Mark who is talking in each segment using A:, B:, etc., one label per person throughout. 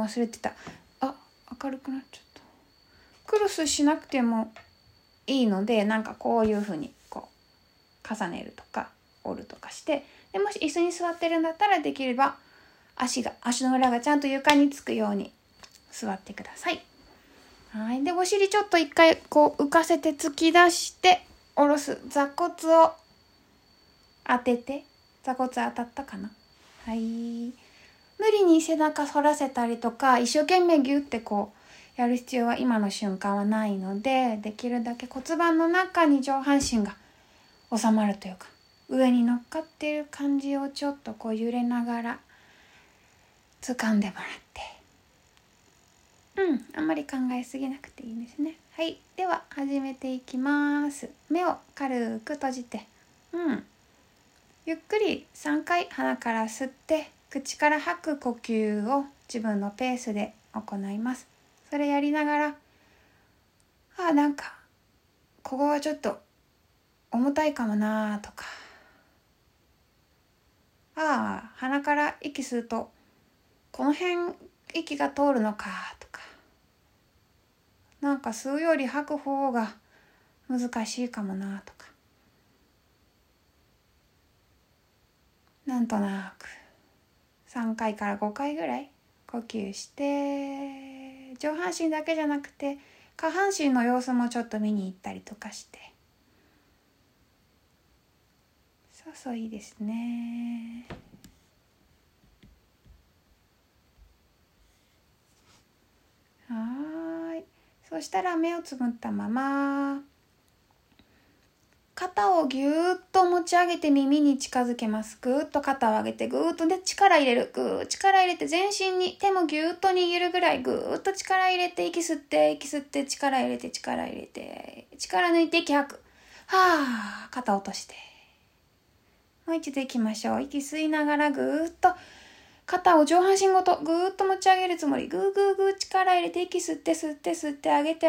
A: の忘れてた。明るくなっちゃった。クロスしなくてもいいので、なんかこういう風にこう重ねるとか折るとかして、でもし椅子に座ってるんだったらできれば足の裏がちゃんと床につくように座ってください。はい。で、お尻ちょっと一回こう浮かせて突き出して下ろす。座骨を当てて、座骨当たったかな。はい。無理に背中反らせたりとか、一生懸命ギュってこうやる必要は今の瞬間はないので、できるだけ骨盤の中に上半身が収まるというか、上に乗っかっている感じをちょっとこう揺れながら掴んでもらって、あんまり考えすぎなくていいですね。はい。では始めていきます。目を軽く閉じて、ゆっくり3回鼻から吸って口から吐く呼吸を自分のペースで行います。それやりながら、なんかここはちょっと重たいかもなとか、鼻から息吸うとこの辺息が通るのかとか、なんか吸うより吐く方が難しいかもなとか、なんとなく3回から5回ぐらい呼吸して、上半身だけじゃなくて下半身の様子もちょっと見に行ったりとかして、そういいですね。そしたら目をつぶったまま肩をぎゅーっと持ち上げて耳に近づけます。ぐーっと肩を上げてぐーっとで力入れる。力入れて全身に手もぎゅーっと握るぐらいぐーっと力入れて息吸って力入れて力抜いて息吐く。肩落として。もう一度行きましょう。息吸いながらぐーっと肩を上半身ごとぐーっと持ち上げるつもり。ぐー力入れて息吸って上げて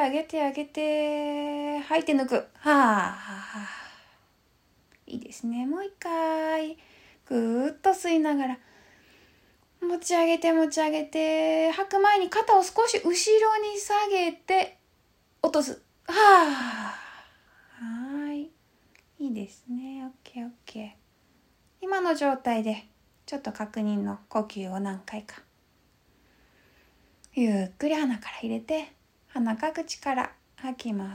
A: 吐いて抜く。いいですね。もう一回ぐーっと吸いながら持ち上げて吐く前に肩を少し後ろに下げて落とす。いいですね。OK。今の状態でちょっと確認の呼吸を何回か。ゆっくり鼻から入れて、鼻か口から吐きます。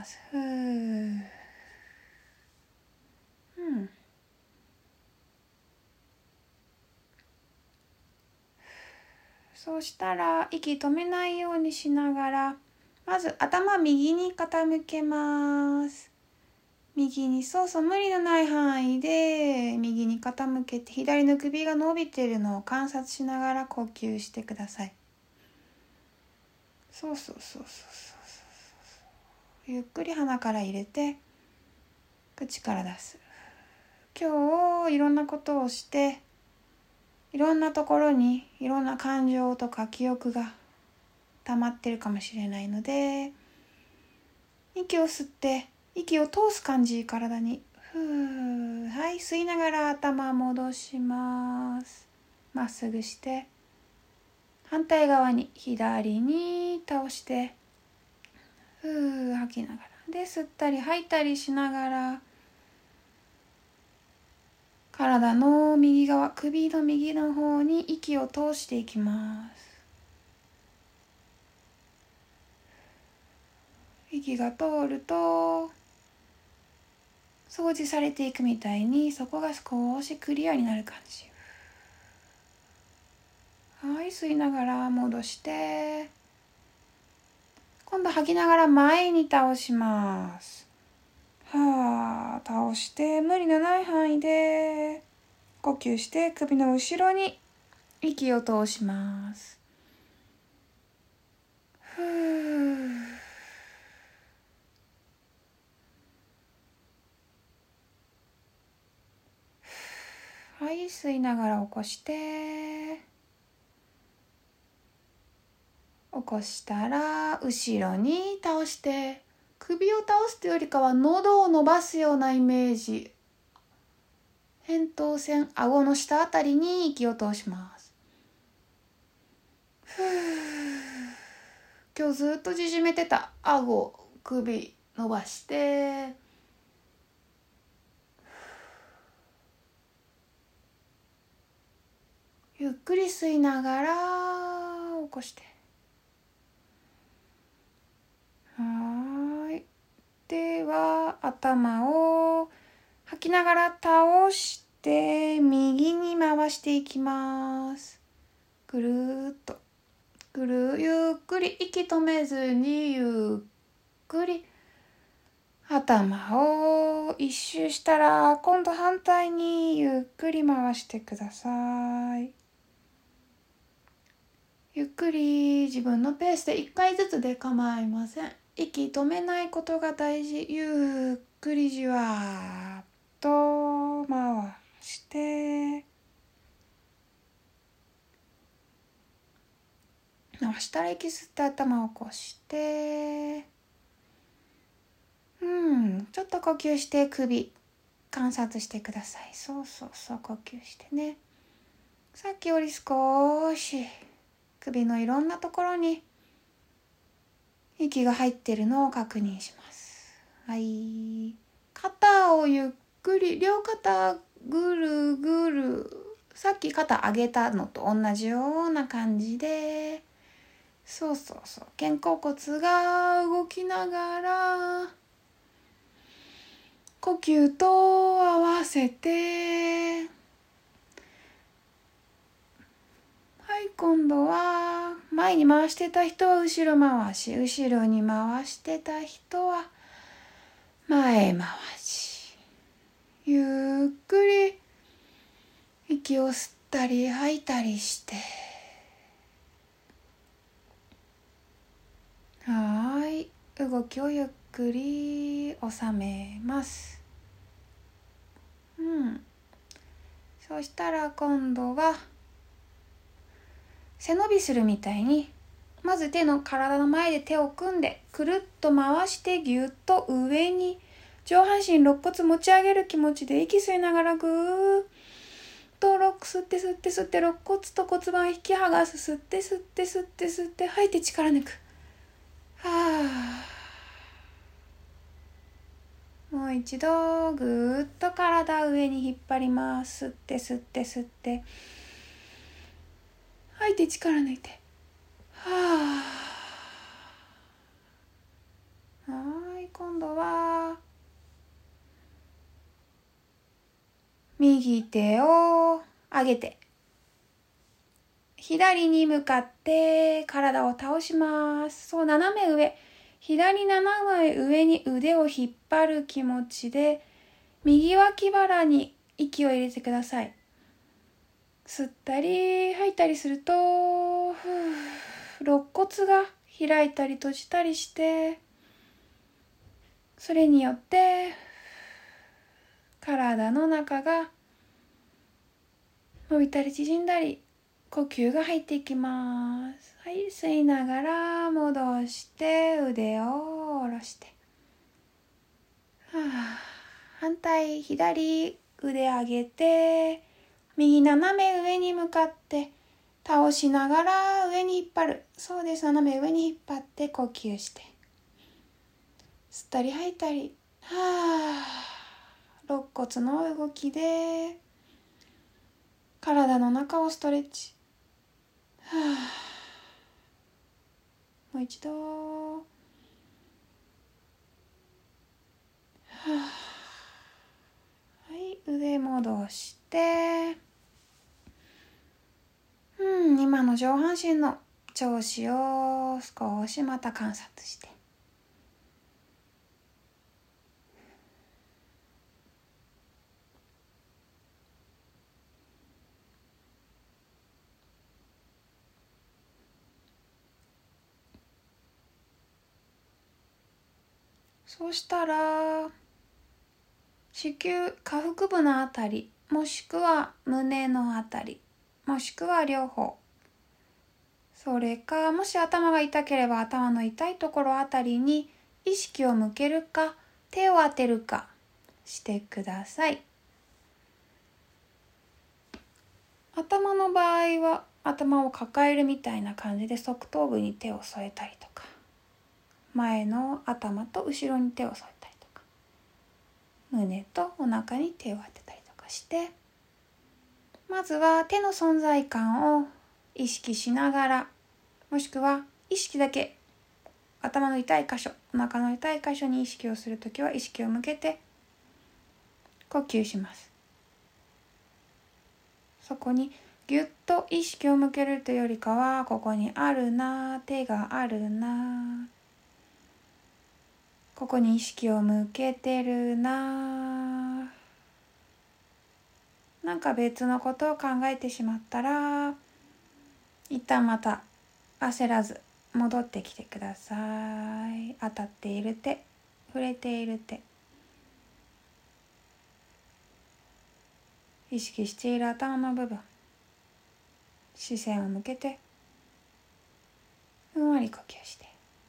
A: そうしたら息止めないようにしながら、まず頭右に傾けます。右に無理のない範囲で右に傾けて、左の首が伸びているのを観察しながら呼吸してください。ゆっくり鼻から入れて口から出す。今日いろんなことをして、いろんなところにいろんな感情とか記憶が溜まってるかもしれないので、息を吸って息を通す感じ、体に吸いながら頭戻します。まっすぐして反対側に左に倒して吐きながらで、吸ったり吐いたりしながら体の右側、首の右の方に息を通していきます。息が通ると掃除されていくみたいに、そこが少しクリアになる感じ。吸いながら戻して、今度吐きながら前に倒します。倒して無理のない範囲で呼吸して首の後ろに息を通します。吸いながら起こして、起こしたら後ろに倒して、首を倒すというよりかは喉を伸ばすようなイメージ。扁桃腺、顎の下あたりに息を通します。 今日ずっと縮めてた顎、首伸ばして、ゆっくり吸いながら起こして、はい。では頭を吐きながら倒して右に回していきます。ぐるーっとゆっくり息止めずにゆっくり頭を一周したら今度反対にゆっくり回してください。ゆっくり自分のペースで1回ずつで構いません。息止めないことが大事。ゆっくりじわーっと回してしたら息吸って頭を起こして、ちょっと呼吸して首観察してください。そう呼吸してね。さっきより少し首のいろんなところに息が入ってるのを確認します。はい。肩をゆっくり、両肩ぐるぐる、さっき肩上げたのと同じような感じで、そう肩甲骨が動きながら呼吸と合わせて、はい、今度は前に回してた人は後ろ回し、後ろに回してた人は前回し、ゆっくり息を吸ったり吐いたりして、動きをゆっくり収めます。そしたら今度は背伸びするみたいに、まず体の前で手を組んでくるっと回してぎゅっと上に上半身肋骨持ち上げる気持ちで息吸いながらぐーっと吸って肋骨と骨盤引き剥がす。吸って吐いて力抜く。もう一度ぐーっと体を上に引っ張ります。吸って吐いて力抜いて。今度は右手を上げて左に向かって体を倒します。斜め上、左斜め上に腕を引っ張る気持ちで右脇腹に息を入れてください。吸ったり吐いたりすると肋骨が開いたり閉じたりして、それによって体の中が伸びたり縮んだり呼吸が入っていきます。はい、吸いながら戻して腕を下ろして、反対左腕上げて右斜め上に向かって倒しながら上に引っ張る。そうです、斜め上に引っ張って呼吸して、吸ったり吐いたり、肋骨の動きで体の中をストレッチ。もう一度。はい、腕戻して、今の上半身の調子を少しまた観察して、そうしたら子宮下腹部のあたり、もしくは胸のあたり、もしくは両方、それかもし頭が痛ければ頭の痛いところあたりに意識を向けるか手を当てるかしてください。頭の場合は頭を抱えるみたいな感じで側頭部に手を添えたりとか、 前の頭と後ろに手を添えたりとか、胸とお腹に手を当てたりとかして、まずは手の存在感を意識しながら、もしくは意識だけ頭の痛い箇所、お腹の痛い箇所に意識をするときは意識を向けて呼吸します。そこにぎゅっと意識を向けるというよりかは、ここにあるな、手があるな、ここに意識を向けてるな、なんか別のことを考えてしまったら、一旦また焦らず戻ってきてください。当たっている手、触れている手、意識している頭の部分、視線を向けてふんわり呼吸して、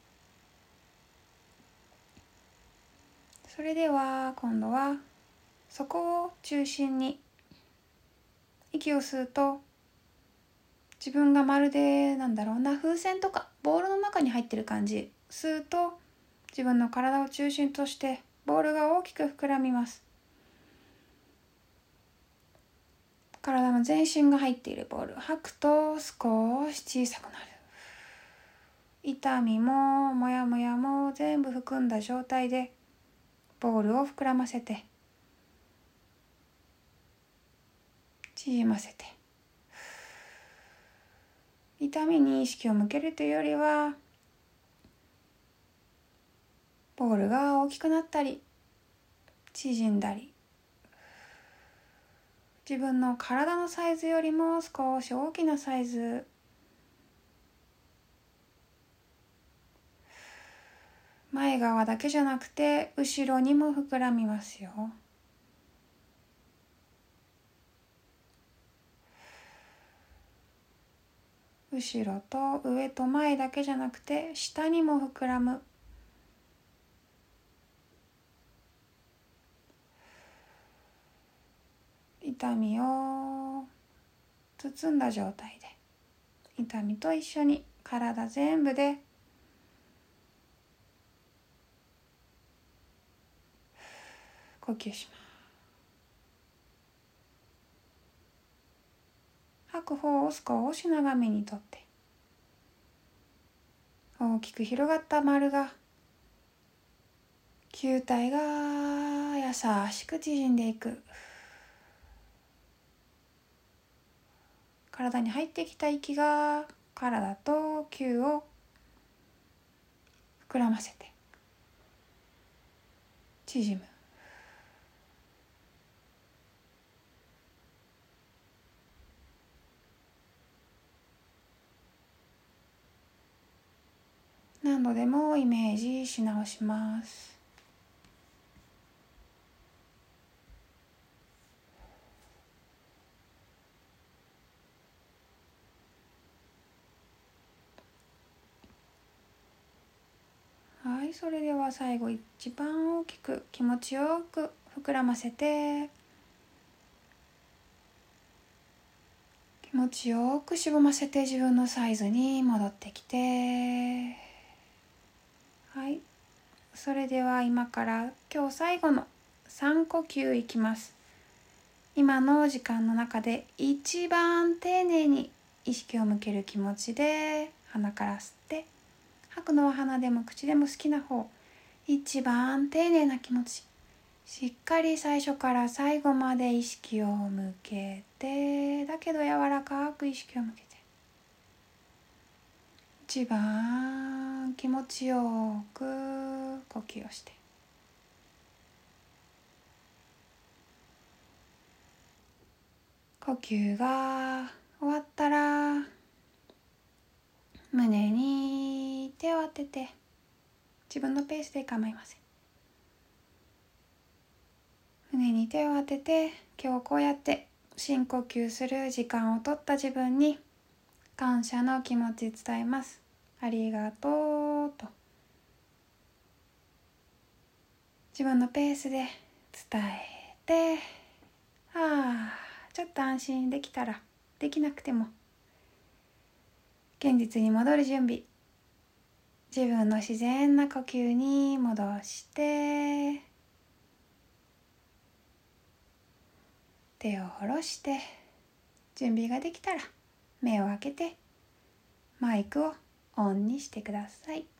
A: それでは今度はそこを中心に息を吸うと、自分がまるで風船とかボールの中に入ってる感じ。吸うと自分の体を中心としてボールが大きく膨らみます。体の全身が入っているボール、吐くと少し小さくなる。痛みもモヤモヤも全部含んだ状態でボールを膨らませて縮ませて、痛みに意識を向けるというよりは、ボールが大きくなったり縮んだり、自分の体のサイズよりも少し大きなサイズ、前側だけじゃなくて後ろにも膨らみますよ。後ろと上と前だけじゃなくて下にも膨らむ。痛みを包んだ状態で、痛みと一緒に体全部で呼吸します。吐く方を少し長めにとって、大きく広がった丸が、球体が優しく縮んでいく。体に入ってきた息が体と球を膨らませて縮む。何度でもイメージし直します。はい、それでは最後一番大きく気持ちよく膨らませて、気持ちよくしぼませて自分のサイズに戻ってきて、はい、それでは今から今日最後の3呼吸いきます。今の時間の中で一番丁寧に意識を向ける気持ちで鼻から吸って、吐くのは鼻でも口でも好きな方、一番丁寧な気持ち、しっかり最初から最後まで意識を向けて、だけど柔らかく意識を向けて、一番気持ちよく呼吸をして、呼吸が終わったら胸に手を当てて、自分のペースで構いません。胸に手を当てて、今日こうやって深呼吸する時間を取った自分に感謝の気持ち伝えます。ありがとうと自分のペースで伝えて、ちょっと安心できたら、できなくても現実に戻る準備自分の自然な呼吸に戻して、手を下ろして、準備ができたら目を開けてマイクをオンにしてください。